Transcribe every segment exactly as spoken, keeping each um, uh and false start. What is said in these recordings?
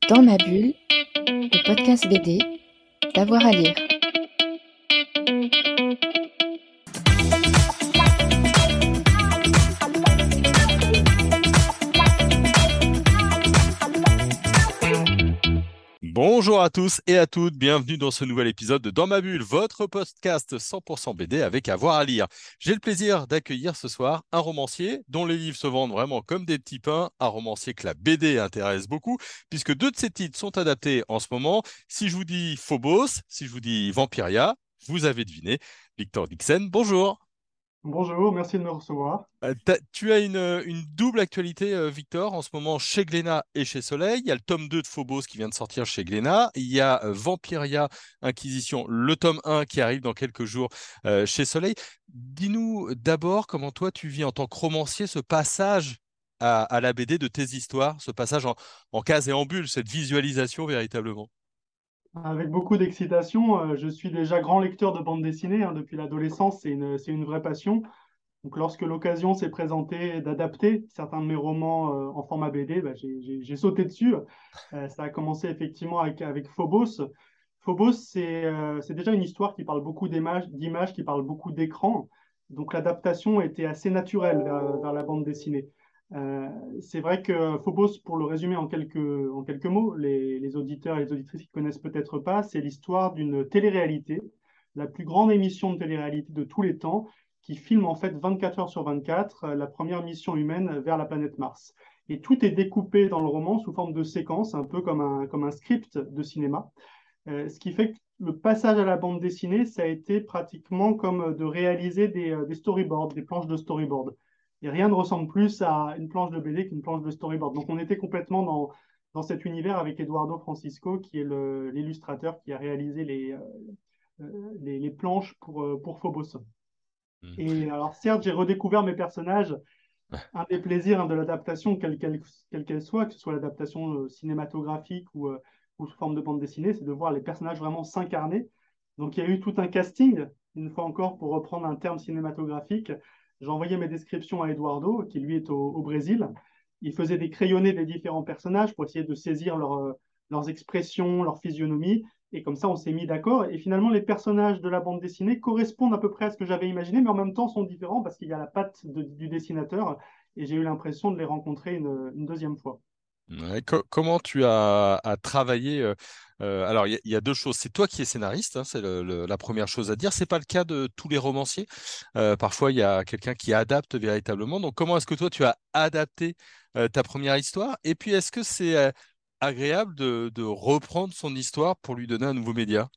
Dans ma bulle, le podcast B D, d'avoir à lire. Bonjour à tous et à toutes, bienvenue dans ce nouvel épisode de Dans ma bulle, votre podcast cent pour cent B D avec avoir à lire. J'ai le plaisir d'accueillir ce soir un romancier dont les livres se vendent vraiment comme des petits pains, un romancier que la B D intéresse beaucoup, puisque deux de ses titres sont adaptés en ce moment. Si je vous dis Phobos, si je vous dis Vampiria, vous avez deviné, Victor Dixon, bonjour. Bonjour, merci de me recevoir. Euh, t'as- tu as une, euh, une double actualité, euh, Victor, en ce moment chez Glénat et chez Soleil. Il y a le tome deux de Phobos qui vient de sortir chez Glénat. Il y a euh, Vampiria Inquisition, le tome un qui arrive dans quelques jours euh, chez Soleil. Dis-nous d'abord comment toi tu vis en tant que romancier ce passage à, à la B D de tes histoires, ce passage en, en case et en bulle, cette visualisation véritablement. Avec beaucoup d'excitation, euh, je suis déjà grand lecteur de bande dessinée hein, depuis l'adolescence, c'est une, c'est une vraie passion. Donc, lorsque l'occasion s'est présentée d'adapter certains de mes romans euh, en format B D, bah, j'ai j'ai- j'ai sauté dessus. Euh, ça a commencé effectivement avec, avec Phobos. Phobos, c'est euh, c'est déjà une histoire qui parle beaucoup d'images, d'images, qui parle beaucoup d'écran. Donc, l'adaptation était assez naturelle vers, vers la bande dessinée. Euh, c'est vrai que Phobos, pour le résumer en quelques, en quelques mots, les, les auditeurs et les auditrices qui connaissent peut-être pas, c'est l'histoire d'une télé-réalité, la plus grande émission de télé-réalité de tous les temps, qui filme en fait vingt-quatre heures sur vingt-quatre euh, la première mission humaine vers la planète Mars. Et tout est découpé dans le roman sous forme de séquences, un peu comme un, comme un script de cinéma. Euh, ce qui fait que le passage à la bande dessinée, ça a été pratiquement comme de réaliser des, euh, des storyboards, des planches de storyboard. Et rien ne ressemble plus à une planche de B D qu'une planche de storyboard. Donc on était complètement dans, dans cet univers avec Eduardo Francisco, qui est le- l'illustrateur qui a réalisé les, euh, euh, les, les planches pour, euh, pour Phobos. Hmm. Et alors, certes, j'ai redécouvert mes personnages. Un des plaisirs hein, de l'adaptation, quelle qu'elle quelle qu'elle soit, que ce soit l'adaptation euh, cinématographique ou, euh, ou sous forme de bande dessinée, c'est de voir les personnages vraiment s'incarner. Donc, il y a eu tout un casting, une fois encore, pour reprendre un terme cinématographique. J'ai envoyé mes descriptions à Eduardo, qui lui est au, au Brésil. Il faisait des crayonnés des différents personnages pour essayer de saisir leur, euh, leurs expressions, leur physionomie. Et comme ça, on s'est mis d'accord. Et finalement, les personnages de la bande dessinée correspondent à peu près à ce que j'avais imaginé, mais en même temps sont différents parce qu'il y a la patte de- du dessinateur. Et j'ai eu l'impression de les rencontrer une, une deuxième fois. Ouais, co- comment tu as, as travaillé euh, euh, alors, il y, a il y a deux choses. C'est toi qui es scénariste, hein, c'est le- le- la première chose à dire. C'est pas le cas de tous les romanciers. Euh, parfois, il y a quelqu'un qui adapte véritablement. Donc, comment est-ce que toi, tu as adapté euh, ta première histoire? Et puis, est-ce que c'est euh, agréable de, de reprendre son histoire pour lui donner un nouveau média?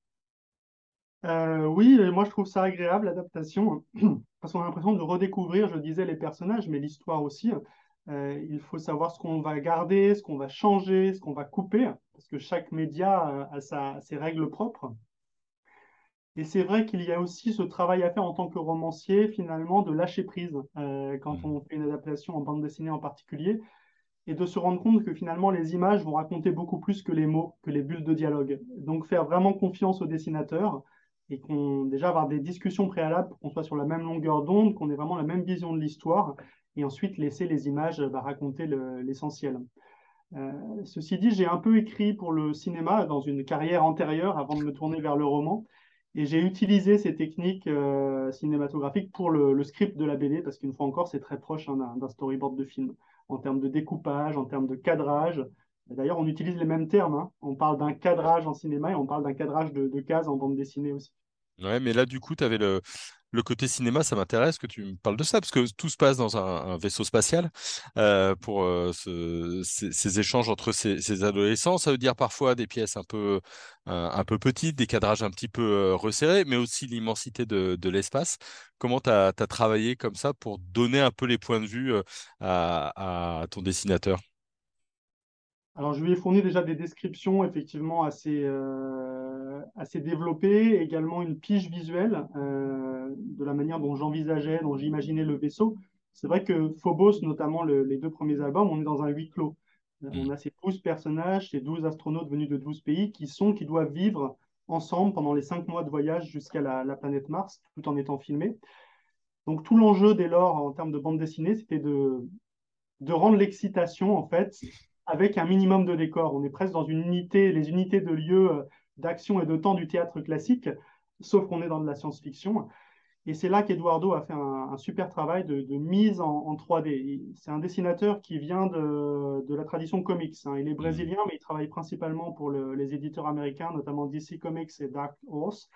Euh, oui, et moi je trouve ça agréable, l'adaptation, parce qu'on a l'impression de redécouvrir, je disais, les personnages, mais l'histoire aussi. Euh, il faut savoir ce qu'on va garder, ce qu'on va changer, ce qu'on va couper, parce que chaque média euh, a sa- ses règles propres. Et c'est vrai qu'il y a aussi ce travail à faire en tant que romancier, finalement, de lâcher prise euh, quand Hmm. on fait une adaptation en bande dessinée en particulier, et de se rendre compte que finalement les images vont raconter beaucoup plus que les mots, que les bulles de dialogue. Donc faire vraiment confiance au dessinateur et qu'on déjà avoir des discussions préalables pour qu'on soit sur la même longueur d'onde, qu'on ait vraiment la même vision de l'histoire, et ensuite laisser les images bah, raconter le- l'essentiel. Euh, ceci dit, j'ai un peu écrit pour le cinéma dans une carrière antérieure avant de me tourner vers le roman. Et j'ai utilisé ces techniques euh, cinématographiques pour le, le script de la B D, parce qu'une fois encore, c'est très proche hein, d'un d'un storyboard de film, en termes de découpage, en termes de cadrage. D'ailleurs, on utilise les mêmes termes, hein. On parle d'un cadrage en cinéma et on parle d'un cadrage de, de cases en bande dessinée aussi. Ouais, mais là, du coup, tu avais le, le côté cinéma, ça m'intéresse que tu me parles de ça, parce que tout se passe dans un, un vaisseau spatial euh, pour euh, ce- ces, ces échanges entre ces, ces adolescents. Ça veut dire parfois des pièces un peu, un, un peu petites, des cadrages un petit peu euh, resserrés, mais aussi l'immensité de, de l'espace. Comment tu as travaillé comme ça pour donner un peu les points de vue euh, à, à ton dessinateur? Alors, je lui ai fourni déjà des descriptions effectivement assez, euh, assez développées, également une pige visuelle euh, de la manière dont j'envisageais, dont j'imaginais le vaisseau. C'est vrai que Phobos, notamment le- les deux premiers albums, on est dans un huis clos. Euh, Hmm. On a ces douze personnages, ces douze astronautes venus de douze pays qui sont, qui doivent vivre ensemble pendant les cinq mois de voyage jusqu'à la, la planète Mars, tout en étant filmés. Donc, tout l'enjeu dès lors, en termes de bande dessinée, c'était de, de rendre l'excitation, en fait, avec un minimum de décor. On est presque dans une unité, les unités de lieu euh, d'action et de temps du théâtre classique, sauf qu'on est dans de la science-fiction. Et c'est là qu'Eduardo a fait un, un super travail de, de mise en, en trois D. C'est un dessinateur qui vient de, de la tradition comics, hein. Il est Mm. brésilien, mais il travaille principalement pour le- les éditeurs américains, notamment D C Comics et Dark Horse.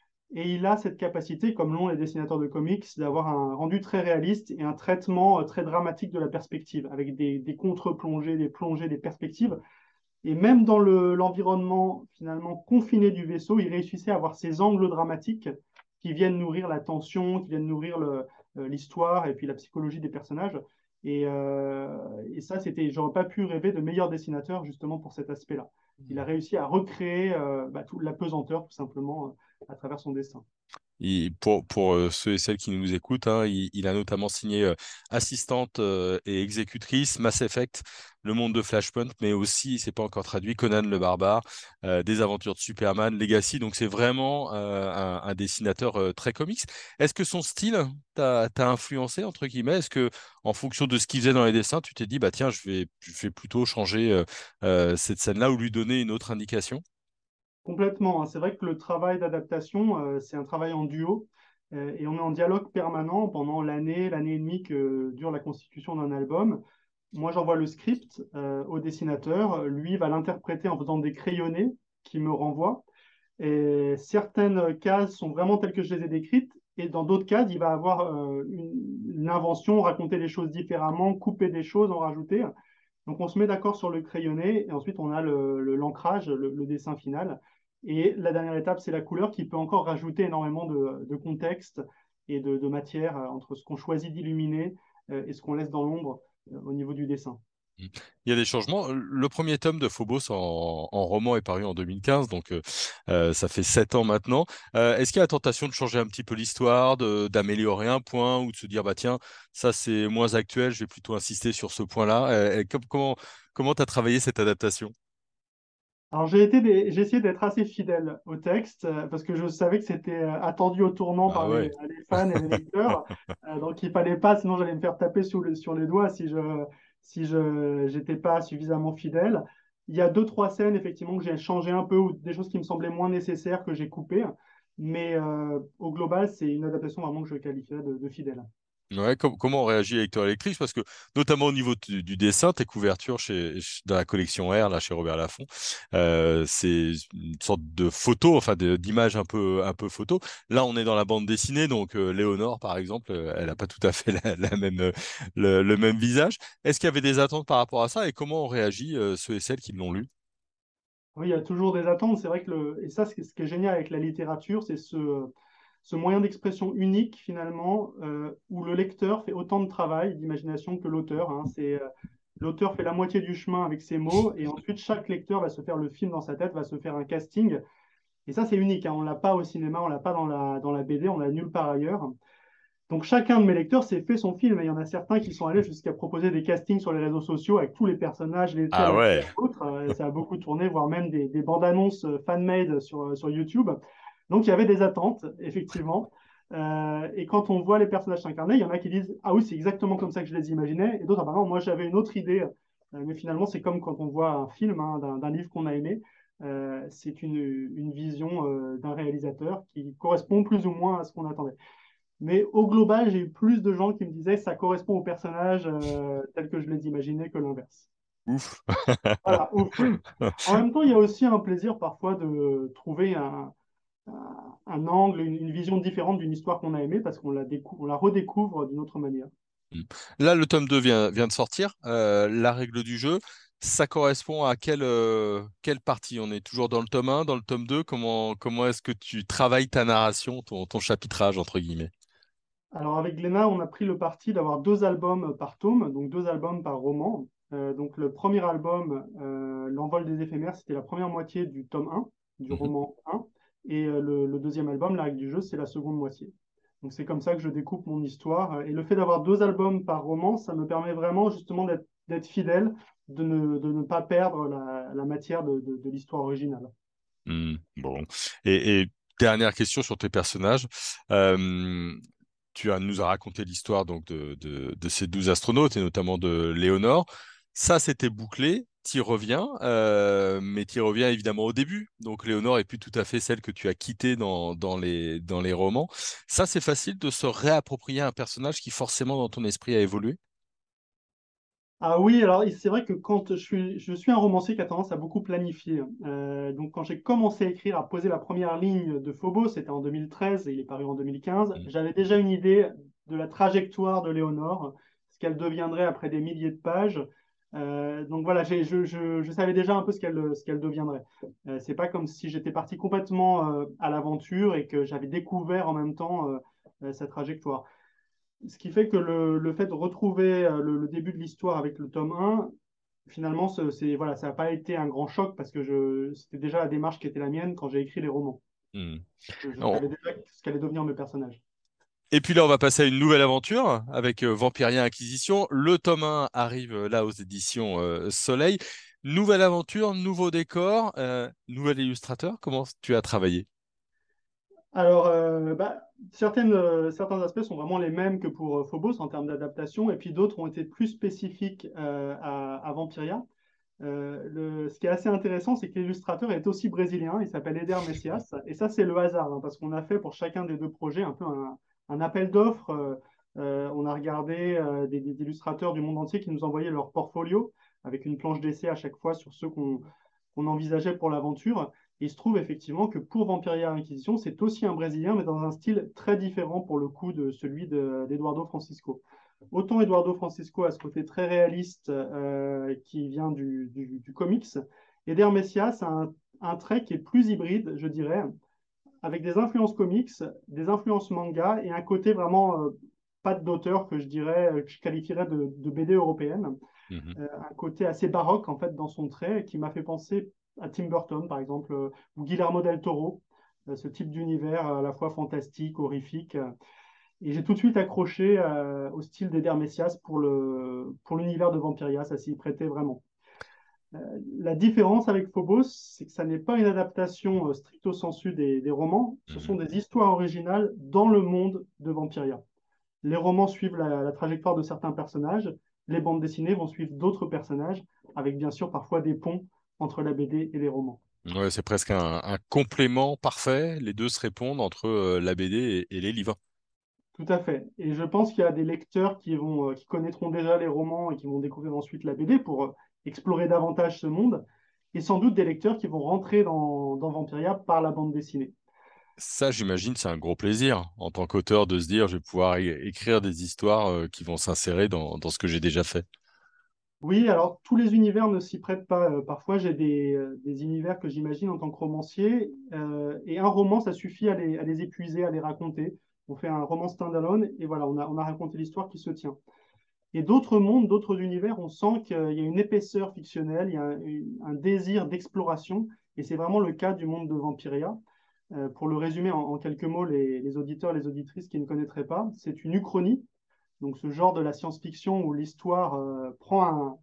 Et il a cette capacité, comme l'ont les dessinateurs de comics, d'avoir un rendu très réaliste et un traitement euh, très dramatique de la perspective, avec des, des contre-plongées, des plongées, des perspectives. Et même dans le- l'environnement finalement confiné du vaisseau, il réussissait à avoir ces angles dramatiques qui viennent nourrir la tension, qui viennent nourrir le- euh, l'histoire et puis la psychologie des personnages. Et, euh, et ça, c'était, j'aurais pas pu rêver de meilleur dessinateur justement pour cet aspect-là. Il a réussi à recréer euh, bah, toute la pesanteur tout simplement euh, à travers son dessin. Il- pour pour euh, ceux et celles qui nous écoutent, hein, il, il a notamment signé euh, assistante euh, et exécutrice Mass Effect, Le Monde de Flashpoint, mais aussi, c'est pas encore traduit, Conan le Barbare, euh, Des Aventures de Superman, Legacy. Donc c'est vraiment euh, un, un dessinateur euh, très comics. Est-ce que son style t'a t'a influencé entre guillemets? Est-ce que en fonction de ce qu'il faisait dans les dessins, tu t'es dit bah tiens, je vais je vais plutôt changer euh, euh, cette scène-là ou lui donner une autre indication? Complètement, hein. C'est vrai que le travail d'adaptation, euh, c'est un travail en duo euh, et on est en dialogue permanent pendant l'année, l'année et demie que dure la constitution d'un album. Moi, j'envoie le script euh, au dessinateur. Lui va l'interpréter en faisant des crayonnés qui me renvoient. Et certaines cases sont vraiment telles que je les ai décrites. Et dans d'autres cases, il va avoir euh, une, une invention, raconter les choses différemment, couper des choses, en rajouter. Donc on se met d'accord sur le crayonné et ensuite on a le, le- l'ancrage, le, le dessin final. Et la dernière étape, c'est la couleur qui peut encore rajouter énormément de, de contexte et de, de matière euh, entre ce qu'on choisit d'illuminer euh, et ce qu'on laisse dans l'ombre euh, au niveau du dessin. Mm. Il y a des changements. Le premier tome de Phobos en, en roman est paru en deux mille quinze, donc euh, euh, ça fait sept ans maintenant. Euh, est-ce qu'il y a la tentation de changer un petit peu l'histoire, de, d'améliorer un point ou de se dire bah tiens, ça c'est moins actuel, je vais plutôt insister sur ce point-là. Euh, et com- comment comment t'as travaillé cette adaptation? Alors j'ai été des- j'ai essayé d'être assez fidèle au texte euh, parce que je savais que c'était euh, attendu au tournant Ah par les, ouais. les fans et les lecteurs. Euh, donc il fallait pas, sinon j'allais me faire taper sur, le- sur les doigts si je si je j'étais pas suffisamment fidèle. Il y a deux trois scènes effectivement que j'ai changé un peu ou des choses qui me semblaient moins nécessaires que j'ai coupées, mais euh, au global c'est une adaptation vraiment que je qualifierais de, de fidèle. Ouais, com- comment on réagit les lecteurs et lectrices? Parce que, notamment au niveau du, du dessin, tes couvertures chez, ch- dans la collection R, là, chez Robert Laffont, euh, c'est une sorte de photo, enfin, de- d'image un peu, un peu photo. Là, on est dans la bande dessinée, donc euh, Léonore, par exemple, euh, elle n'a pas tout à fait la, la même, euh, le, le même visage. Est-ce qu'il y avait des attentes par rapport à ça et comment on réagit, euh, ceux et celles qui l'ont lu? Oui, il y a toujours des attentes. C'est vrai que le... Et ça, ce qui ce qui est génial avec la littérature, c'est ce, ce moyen d'expression unique, finalement, euh, où le lecteur fait autant de travail, d'imagination que l'auteur, hein. C'est, euh, l'auteur fait la moitié du chemin avec ses mots, et ensuite, chaque lecteur va se faire le film dans sa tête, va se faire un casting. Et ça, c'est unique, hein. On ne l'a pas au cinéma, on ne l'a pas dans la, dans la B D, on l'a nulle part ailleurs. Donc chacun de mes lecteurs s'est fait son film et il y en a certains qui sont allés jusqu'à proposer des castings sur les réseaux sociaux avec tous les personnages, les tels Ah acteurs ouais. et autres. Euh, ça a beaucoup tourné, voire même des, des bandes annonces euh, fan-made sur, euh, sur YouTube. Donc il y avait des attentes, effectivement. Euh, et quand on voit les personnages s'incarner, il y en a qui disent ah oui, c'est exactement comme ça que je les imaginais. Et d'autres, ah bah non, moi j'avais une autre idée. Euh, mais finalement, c'est comme quand on voit un film, hein, d'un d'un livre qu'on a aimé. Euh, c'est une, une vision euh, d'un réalisateur qui correspond plus ou moins à ce qu'on attendait. Mais au global, j'ai eu plus de gens qui me disaient ça correspond au personnage euh, tel que je les imaginais que l'inverse. Ouf. Voilà, ouf. En même temps, il y a aussi un plaisir parfois de trouver un, un- un angle, une, une vision différente d'une histoire qu'on a aimée parce qu'on la décou- on la redécouvre d'une autre manière. Mm. Là, le tome deux vient, vient de sortir. Euh, la règle du jeu, ça correspond à quelle, euh, quelle partie? On est toujours dans le tome un, dans le tome deux. Comment, comment est-ce que tu travailles ta narration, ton, ton chapitrage, entre guillemets? Alors avec Glénat, on a pris le parti d'avoir deux albums par tome, donc deux albums par roman. Euh, donc le premier album, euh, L'envol des éphémères, c'était la première moitié du tome un, du Mhm. roman un. Et euh, le, le deuxième album, La règle du jeu, c'est la seconde moitié. Donc c'est comme ça que je découpe mon histoire. Et le fait d'avoir deux albums par roman, ça me permet vraiment justement d'être d'être fidèle, de ne, de ne pas perdre la, la matière de, de- de l'histoire originale. Mm, bon. Et, et dernière question sur tes personnages. Euh, tu as, nous as raconté l'histoire donc de, de, de ces douze astronautes et notamment de Léonore. Ça, c'était bouclé. tu y reviens, euh, mais tu y reviens évidemment au début. Donc Léonore est plus tout à fait celle que tu as quittée dans, dans les, dans les romans. Ça, c'est facile de se réapproprier un personnage qui forcément dans ton esprit a évolué. Ah oui, alors c'est vrai que quand je suis, je suis un romancier qui a tendance à beaucoup planifier. Euh, donc quand j'ai commencé à écrire, à poser la première ligne de Phobos, c'était en deux mille treize et il est paru en deux mille quinze, Mm. j'avais déjà une idée de la trajectoire de Léonore, ce qu'elle deviendrait après des milliers de pages. Euh, donc voilà, j'ai- je, je- je savais déjà un peu ce qu'elle ce qu'elle deviendrait. Euh, c'est pas comme si j'étais parti complètement euh, à l'aventure et que j'avais découvert en même temps euh, euh, sa trajectoire. Ce qui fait que le, le fait de retrouver euh, le, le début de l'histoire avec le tome un, finalement, ce- c'est, voilà, ça n'a pas été un grand choc parce que je, c'était déjà la démarche qui était la mienne quand j'ai écrit les romans. Mm. Je, je On- savais déjà ce qu'allaient devenir mes personnages. Et puis là, on va passer à une nouvelle aventure avec euh, Vampiria Inquisition. Le tome un arrive euh, là aux éditions euh, Soleil. Nouvelle aventure, nouveau décor, euh, nouvel illustrateur. Comment tu as travaillé? Alors, euh, bah, certaines, euh, certains aspects sont vraiment les mêmes que pour euh, Phobos en termes d'adaptation, et puis d'autres ont été plus spécifiques euh, à, à Vampiria. Euh, le- ce qui est assez intéressant, c'est que l'illustrateur est aussi brésilien, il s'appelle Eder Messias, et ça c'est le hasard, hein, parce qu'on a fait pour chacun des deux projets un peu un, un appel d'offres. Euh, euh, on a regardé euh, des, des illustrateurs du monde entier qui nous envoyaient leur portfolio, avec une planche d'essai à chaque fois sur ceux qu'on qu'on envisageait pour l'aventure. Et il se trouve effectivement que pour Vampiria Inquisition, c'est aussi un Brésilien, mais dans un style très différent pour le coup de celui de- d'Eduardo Francisco. Autant Eduardo Francisco a ce côté très réaliste euh, qui vient du, du, du comics, Eder Messias a un, un trait qui est plus hybride, je dirais, avec des influences comics, des influences manga et un côté vraiment euh, patte d'auteur que je dirais, que je qualifierais de, de B D européenne. Mhm. Euh, un côté assez baroque en fait dans son trait qui m'a fait penser à Tim Burton par exemple euh, ou Guillermo del Toro, euh, ce type d'univers à la fois fantastique, horrifique. Et j'ai tout de suite accroché euh, au style d'Eder Messias pour le, pour l'univers de Vampiria, ça s'y prêtait vraiment. Euh, la différence avec Phobos, c'est que ça n'est pas une adaptation euh, stricto sensu des, des romans, ce sont Mhm. des histoires originales dans le monde de Vampiria. Les romans suivent la, la trajectoire de certains personnages, les bandes dessinées vont suivre d'autres personnages, avec bien sûr parfois des ponts entre la B D et les romans. Ouais, c'est presque un, un complément parfait. Les deux se répondent entre euh, la B D et, et les livres. Tout à fait. Et je pense qu'il y a des lecteurs qui vont, euh, qui connaîtront déjà les romans et qui vont découvrir ensuite la B D pour euh, explorer davantage ce monde, et sans doute des lecteurs qui vont rentrer dans, dans Vampiria par la bande dessinée. Ça, j'imagine, c'est un gros plaisir en tant qu'auteur de se dire, je vais pouvoir é- écrire des histoires euh, qui vont s'insérer dans, dans ce que j'ai déjà fait. Oui, alors tous les univers ne s'y prêtent pas. Euh, parfois, j'ai des, euh, des univers que j'imagine en tant que romancier, euh, et un roman, ça suffit à les, à les épuiser, à les raconter. On fait un roman standalone, et voilà, on a, on a raconté l'histoire qui se tient. Et d'autres mondes, d'autres univers, on sent qu'il y a une épaisseur fictionnelle, il y a un, un désir d'exploration, et c'est vraiment le cas du monde de Vampiria. Euh, pour le résumer en, en quelques mots, les, les auditeurs, les auditrices qui ne connaîtraient pas, c'est une uchronie, donc ce genre de la science-fiction où l'histoire euh, prend un,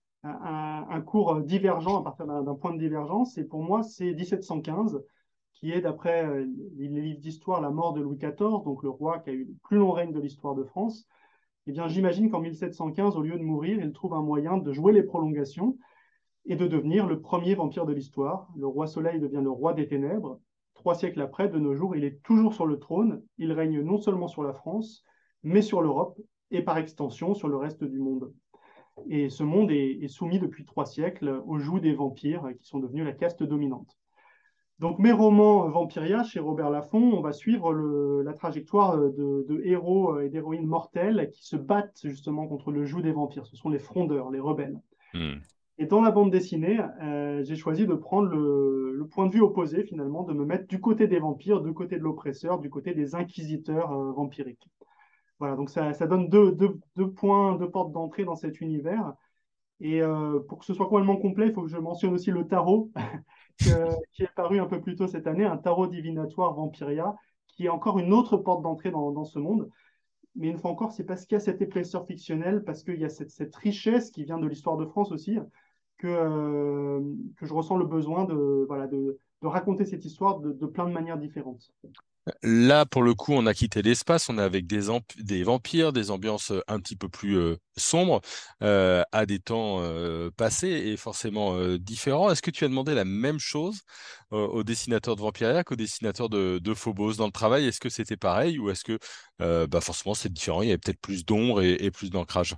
un, un cours divergent à partir d'un point de divergence. Et pour moi, c'est mille sept cent quinze, qui est, d'après euh, les livres d'histoire, la mort de Louis quatorze, donc le roi qui a eu le plus long règne de l'histoire de France. Eh bien, j'imagine qu'en mille sept cent quinze, au lieu de mourir, il trouve un moyen de jouer les prolongations et de devenir le premier vampire de l'histoire. Le roi Soleil devient le roi des ténèbres. Trois siècles après, de nos jours, il est toujours sur le trône. Il règne non seulement sur la France, mais sur l'Europe et par extension sur le reste du monde. Et ce monde est, est soumis depuis trois siècles au joug des vampires qui sont devenus la caste dominante. Donc mes romans Vampiria chez Robert Laffont, on va suivre le, la trajectoire de, de héros et d'héroïnes mortels qui se battent justement contre le joug des vampires. Ce sont les frondeurs, les rebelles. Hmm. Et dans la bande dessinée, euh, j'ai choisi de prendre le, le, point de vue opposé finalement, de me mettre du côté des vampires, du côté de l'oppresseur, du côté des inquisiteurs euh, vampiriques. Voilà, donc ça, ça donne deux, deux, deux points, deux portes d'entrée dans cet univers. Et euh, pour que ce soit complètement complet, il faut que je mentionne aussi le tarot que- qui est paru un peu plus tôt cette année, un tarot divinatoire Vampiria, qui est encore une autre porte d'entrée dans, dans ce monde. Mais une fois encore, c'est parce qu'il y a cette épaisseur fictionnelle, parce qu'il y a cette, cette richesse qui vient de l'histoire de France aussi, que, euh, que je ressens le besoin de, voilà, de, de raconter cette histoire de, de plein de manières différentes. Là, pour le coup, on a quitté l'espace, on est avec des, amp- des vampires, des ambiances euh, un petit peu plus euh, sombres, euh, à des temps euh, passés et forcément euh, différents. Est-ce que tu as demandé la même chose euh, au dessinateur de Vampiria qu'au dessinateur de, de Phobos dans le travail? Est-ce que c'était pareil ou est-ce que euh, bah forcément c'est différent, il y avait peut-être plus d'ombre et, et plus d'ancrage?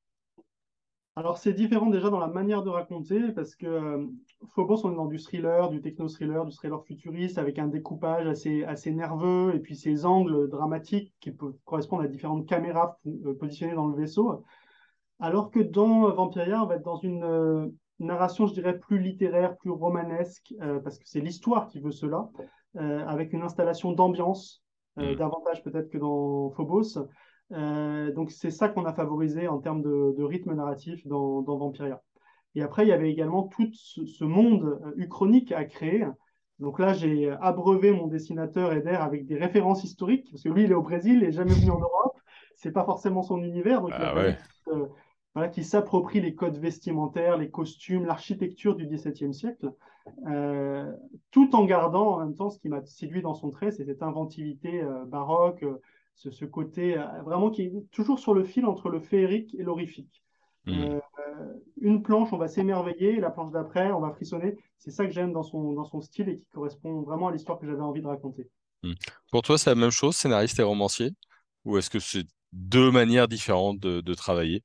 Alors, c'est différent déjà dans la manière de raconter, parce que euh, Phobos, on est dans du thriller, du techno-thriller, du thriller futuriste, avec un découpage assez, assez nerveux, et puis ces angles dramatiques qui peuvent correspondre à différentes caméras euh, positionnées dans le vaisseau. Alors que dans euh, Vampiria, on va être dans une euh, narration, je dirais, plus littéraire, plus romanesque, euh, parce que c'est l'histoire qui veut cela, euh, avec une installation d'ambiance, euh, Hmm. davantage peut-être que dans Phobos. Euh, donc c'est ça qu'on a favorisé en termes de, de rythme narratif dans, dans Vampiria. Et après, il y avait également tout ce, ce monde euh, uchronique à créer. Donc là, j'ai abreuvé mon dessinateur Eder avec des références historiques, parce que lui, il est au Brésil, il n'est jamais venu en Europe. C'est pas forcément son univers, donc il a Ah fallu ouais. qu'il euh, voilà, qu'il s'approprie les codes vestimentaires, les costumes, l'architecture du XVIIe siècle, euh, tout en gardant en même temps ce qui m'a séduit dans son trait, c'est cette inventivité euh, baroque, euh, ce, ce côté euh, vraiment qui est toujours sur le fil entre le féerique et l'horrifique. Hmm. Euh, une planche, on va s'émerveiller, la planche d'après, on va frissonner. C'est ça que j'aime dans son, dans son style et qui correspond vraiment à l'histoire que j'avais envie de raconter. Hmm. Pour toi, c'est la même chose, scénariste et romancier? Ou est-ce que c'est deux manières différentes de, de travailler?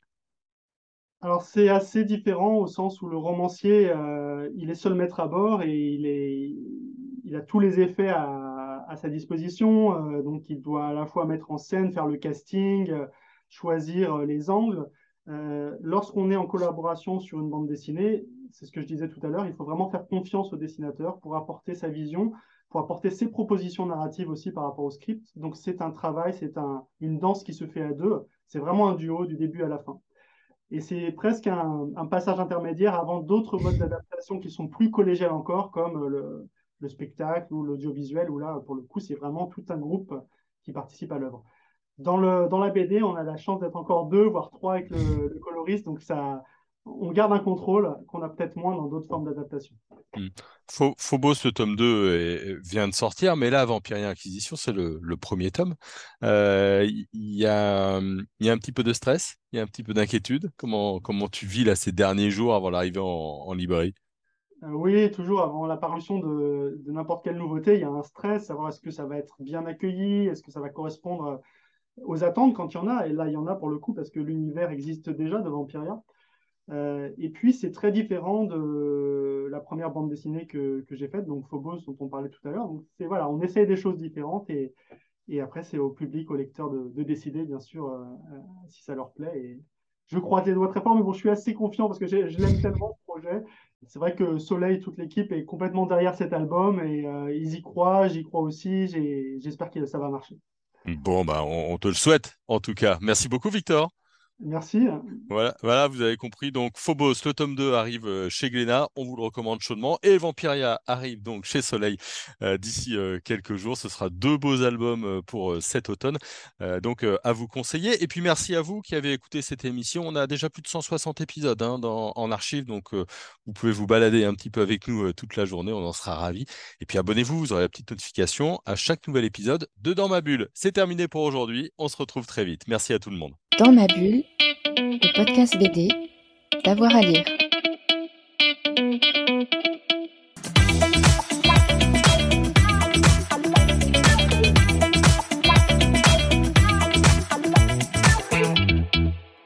Alors c'est assez différent au sens où le romancier, euh, il est seul maître à bord et il est, il a tous les effets à, à sa disposition. Euh, donc il doit à la fois mettre en scène, faire le casting, euh, choisir euh, les angles. Euh, lorsqu'on est en collaboration sur une bande dessinée, c'est ce que je disais tout à l'heure, il faut vraiment faire confiance au dessinateur pour apporter sa vision, pour apporter ses propositions narratives aussi par rapport au script. Donc c'est un travail, c'est un, une danse qui se fait à deux. C'est vraiment un duo du début à la fin. Et c'est presque un, un passage intermédiaire avant d'autres modes d'adaptation qui sont plus collégiales encore, comme le, le spectacle ou l'audiovisuel, où là, pour le coup, c'est vraiment tout un groupe qui participe à l'œuvre. Dans, le, dans la B D, on a la chance d'être encore deux, voire trois avec le, le coloriste, donc ça, on garde un contrôle qu'on a peut-être moins dans d'autres formes d'adaptation. Hmm. Pho- Phobos, le tome deux est- vient de sortir, mais là, Vampirien Inquisition, c'est le, le premier tome. Euh, Il y, a, hum, il y a un petit peu de stress, il y a un petit peu d'inquiétude. Comment, comment tu vis là ces derniers jours avant l'arrivée en, en librairie? Euh, oui, toujours avant la parution de, de n'importe quelle nouveauté, il y a un stress, savoir est-ce que ça va être bien accueilli, est-ce que ça va correspondre aux attentes quand il y en a. Et là, il y en a pour le coup parce que l'univers existe déjà de Vampiria. Euh, et puis, c'est très différent de la première bande dessinée que, que j'ai faite, donc Phobos, dont on parlait tout à l'heure. Donc, c'est voilà, on essaye des choses différentes et, et après, c'est au public, aux lecteurs de, de décider, bien sûr, euh, euh, si ça leur plaît. Et je croise les doigts très fort, mais bon, je suis assez confiant parce que j'ai- je l'aime tellement, ce projet. C'est vrai que Soleil, toute l'équipe est complètement derrière cet album et euh, ils y croient, j'y crois aussi. J'ai- J'espère que ça va marcher. Bon, bah, on, on te le souhaite, en tout cas. Merci beaucoup, Victor. Merci. Voilà, voilà, vous avez compris. Donc, Phobos, le tome deux arrive euh, chez Glénat. On vous le recommande chaudement. Et Vampiria arrive donc chez Soleil euh, d'ici euh, quelques jours. Ce sera deux beaux albums euh, pour euh, cet automne. Euh, donc, euh, à vous conseiller. Et puis, merci à vous qui avez écouté cette émission. On a déjà plus de cent soixante épisodes hein, dans, en archive. Donc, euh, vous pouvez vous balader un petit peu avec nous euh, toute la journée. On en sera ravis. Et puis, abonnez-vous. Vous aurez la petite notification à chaque nouvel épisode de Dans ma bulle. C'est terminé pour aujourd'hui. On se retrouve très vite. Merci à tout le monde. Dans ma bulle, le podcast B D, d'avoir à lire.